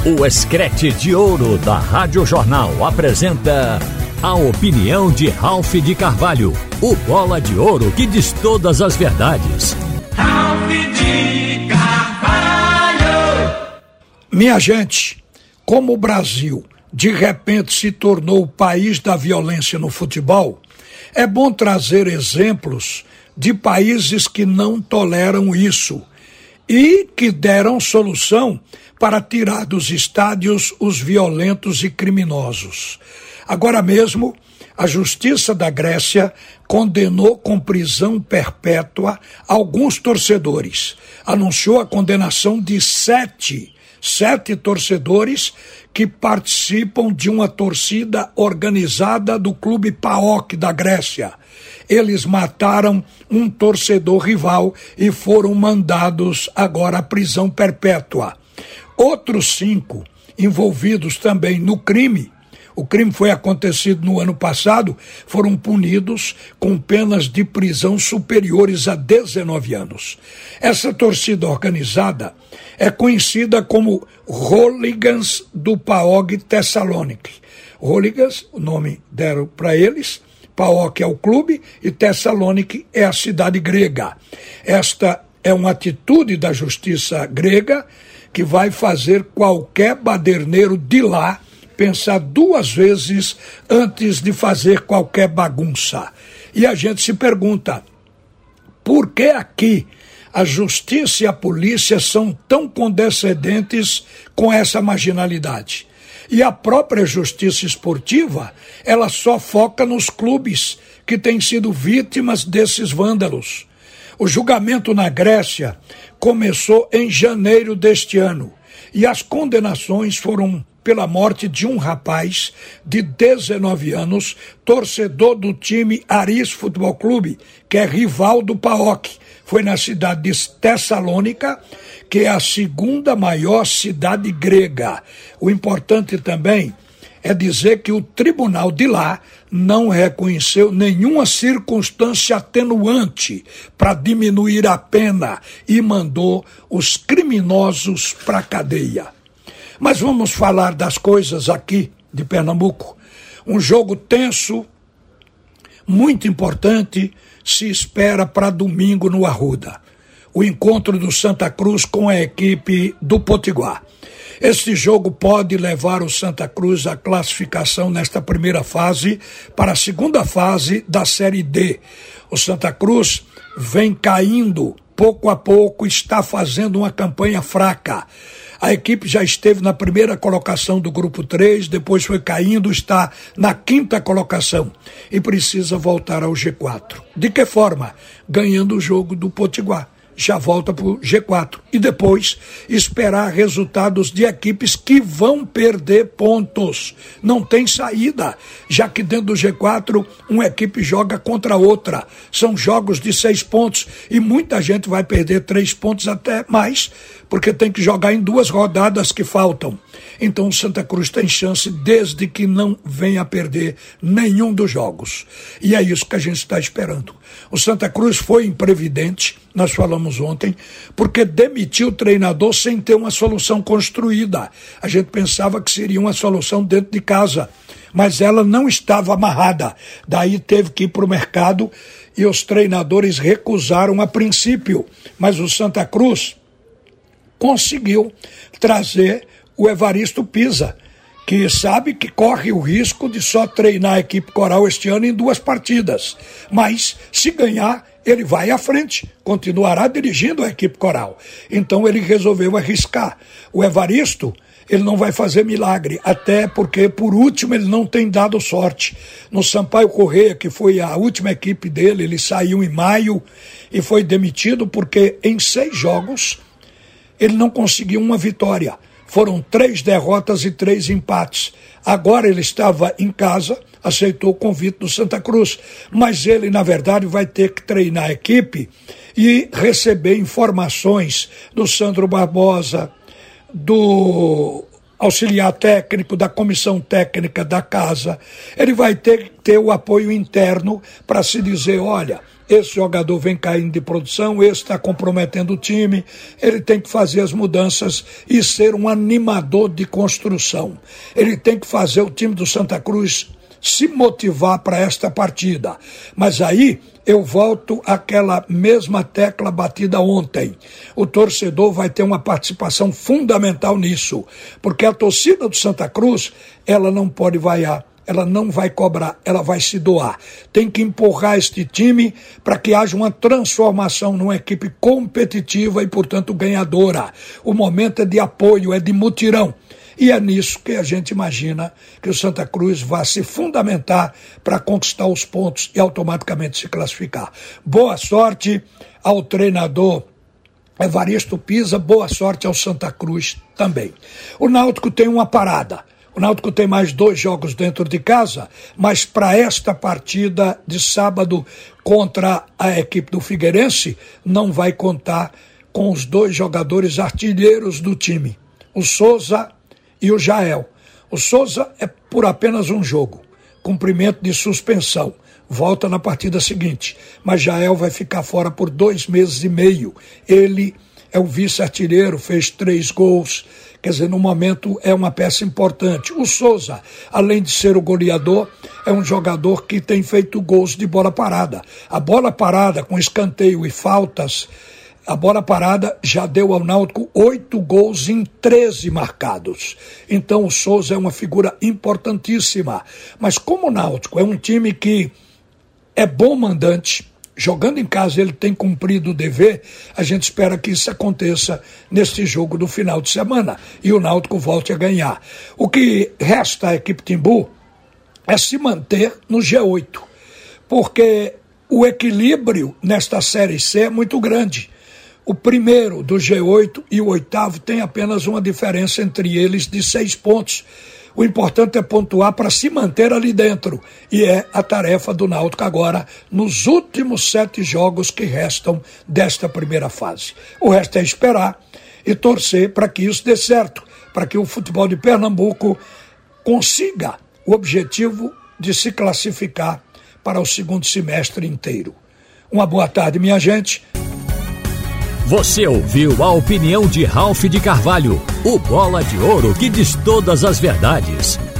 O Escrete de Ouro da Rádio Jornal apresenta a opinião de Ralph de Carvalho, o bola de ouro que diz todas as verdades. Ralph de Carvalho! Minha gente, como o Brasil de repente se tornou o país da violência no futebol, é bom trazer exemplos de países que não toleram isso e que deram solução para tirar dos estádios os violentos e criminosos. Agora mesmo, a Justiça da Grécia condenou com prisão perpétua alguns torcedores. Anunciou a condenação de sete torcedores que participam de uma torcida organizada do clube PAOK da Grécia. Eles mataram um torcedor rival e foram mandados agora à prisão perpétua. Outros 5 envolvidos também no crime, o crime foi acontecido no ano passado, foram punidos com penas de prisão superiores a 19 anos. Essa torcida organizada é conhecida como Hooligans do PAOK Thessaloniki. Hooligans, o nome deram para eles, PAOK é o clube e Thessaloniki é a cidade grega. Esta é uma atitude da justiça grega que vai fazer qualquer baderneiro de lá pensar 2 vezes antes de fazer qualquer bagunça. E a gente se pergunta, por que aqui a justiça e a polícia são tão condescendentes com essa marginalidade? E a própria justiça esportiva, ela só foca nos clubes que têm sido vítimas desses vândalos. O julgamento na Grécia começou em janeiro deste ano e as condenações foram pela morte de um rapaz de 19 anos, torcedor do time Aris Futebol Clube, que é rival do PAOK. Foi na cidade de Tessalônica, que é a 2ª maior cidade grega. O importante também é dizer que o tribunal de lá não reconheceu nenhuma circunstância atenuante para diminuir a pena e mandou os criminosos para a cadeia. Mas vamos falar das coisas aqui de Pernambuco. Um jogo tenso, muito importante, se espera para domingo no Arruda. O encontro do Santa Cruz com a equipe do Potiguar. Este jogo pode levar o Santa Cruz à classificação nesta primeira fase para a segunda fase da Série D. O Santa Cruz vem caindo pouco a pouco, está fazendo uma campanha fraca. A equipe já esteve na primeira colocação do grupo 3, depois foi caindo, está na 5ª colocação e precisa voltar ao G4. De que forma? Ganhando o jogo do Potiguar. Já volta para o G4 e depois esperar resultados de equipes que vão perder pontos. Não tem saída, já que dentro do G4 uma equipe joga contra outra. São jogos de 6 pontos e muita gente vai perder 3 pontos até mais, porque tem que jogar em 2 rodadas que faltam. Então o Santa Cruz tem chance desde que não venha a perder nenhum dos jogos. E é isso que a gente está esperando. O Santa Cruz foi imprevidente, nós falamos ontem, porque demitiu o treinador sem ter uma solução construída. A gente pensava que seria uma solução dentro de casa, mas ela não estava amarrada. Daí teve que ir para o mercado e os treinadores recusaram a princípio. Mas o Santa Cruz conseguiu trazer o Evaristo Pisa, que sabe que corre o risco de só treinar a equipe coral este ano em 2 partidas. Mas, se ganhar, ele vai à frente, continuará dirigindo a equipe coral. Então ele resolveu arriscar. O Evaristo, ele não vai fazer milagre, até porque, por último, ele não tem dado sorte. No Sampaio Corrêa, que foi a última equipe dele, ele saiu em maio e foi demitido porque em 6 jogos ele não conseguiu uma vitória. Foram 3 derrotas e 3 empates. Agora ele estava em casa, aceitou o convite do Santa Cruz, mas ele, na verdade, vai ter que treinar a equipe e receber informações do Sandro Barbosa, do auxiliar técnico, da comissão técnica da casa. Ele vai ter que ter o apoio interno para se dizer, olha, esse jogador vem caindo de produção, esse está comprometendo o time, ele tem que fazer as mudanças e ser um animador de construção. Ele tem que fazer o time do Santa Cruz se motivar para esta partida. Mas aí eu volto àquela mesma tecla batida ontem. O torcedor vai ter uma participação fundamental nisso, porque a torcida do Santa Cruz, ela não pode vaiar, ela não vai cobrar, ela vai se doar. Tem que empurrar este time para que haja uma transformação numa equipe competitiva e, portanto, ganhadora. O momento é de apoio, é de mutirão. E é nisso que a gente imagina que o Santa Cruz vai se fundamentar para conquistar os pontos e automaticamente se classificar. Boa sorte ao treinador Evaristo Pisa, boa sorte ao Santa Cruz também. O Náutico tem uma parada. O Náutico tem mais 2 jogos dentro de casa, mas para esta partida de sábado contra a equipe do Figueirense, não vai contar com os 2 jogadores artilheiros do time, o Souza e o Jael. O Souza é por apenas um jogo, cumprimento de suspensão, volta na partida seguinte, mas Jael vai ficar fora por 2 meses e meio. Ele é o vice-artilheiro, fez 3 gols, quer dizer, no momento é uma peça importante. O Souza, além de ser o goleador, é um jogador que tem feito gols de bola parada. A bola parada com escanteio e faltas, a bola parada já deu ao Náutico 8 gols em 13 marcados. Então o Souza é uma figura importantíssima. Mas como o Náutico é um time que é bom mandante, jogando em casa ele tem cumprido o dever, a gente espera que isso aconteça neste jogo do final de semana e o Náutico volte a ganhar. O que resta à equipe Timbu é se manter no G8, porque o equilíbrio nesta Série C é muito grande. O primeiro do G8 e o 8º tem apenas uma diferença entre eles de 6 pontos. O importante é pontuar para se manter ali dentro. E é a tarefa do Náutico agora nos últimos 7 jogos que restam desta primeira fase. O resto é esperar e torcer para que isso dê certo, para que o futebol de Pernambuco consiga o objetivo de se classificar para o segundo semestre inteiro. Uma boa tarde, minha gente. Você ouviu a opinião de Ralph de Carvalho, o bola de ouro que diz todas as verdades.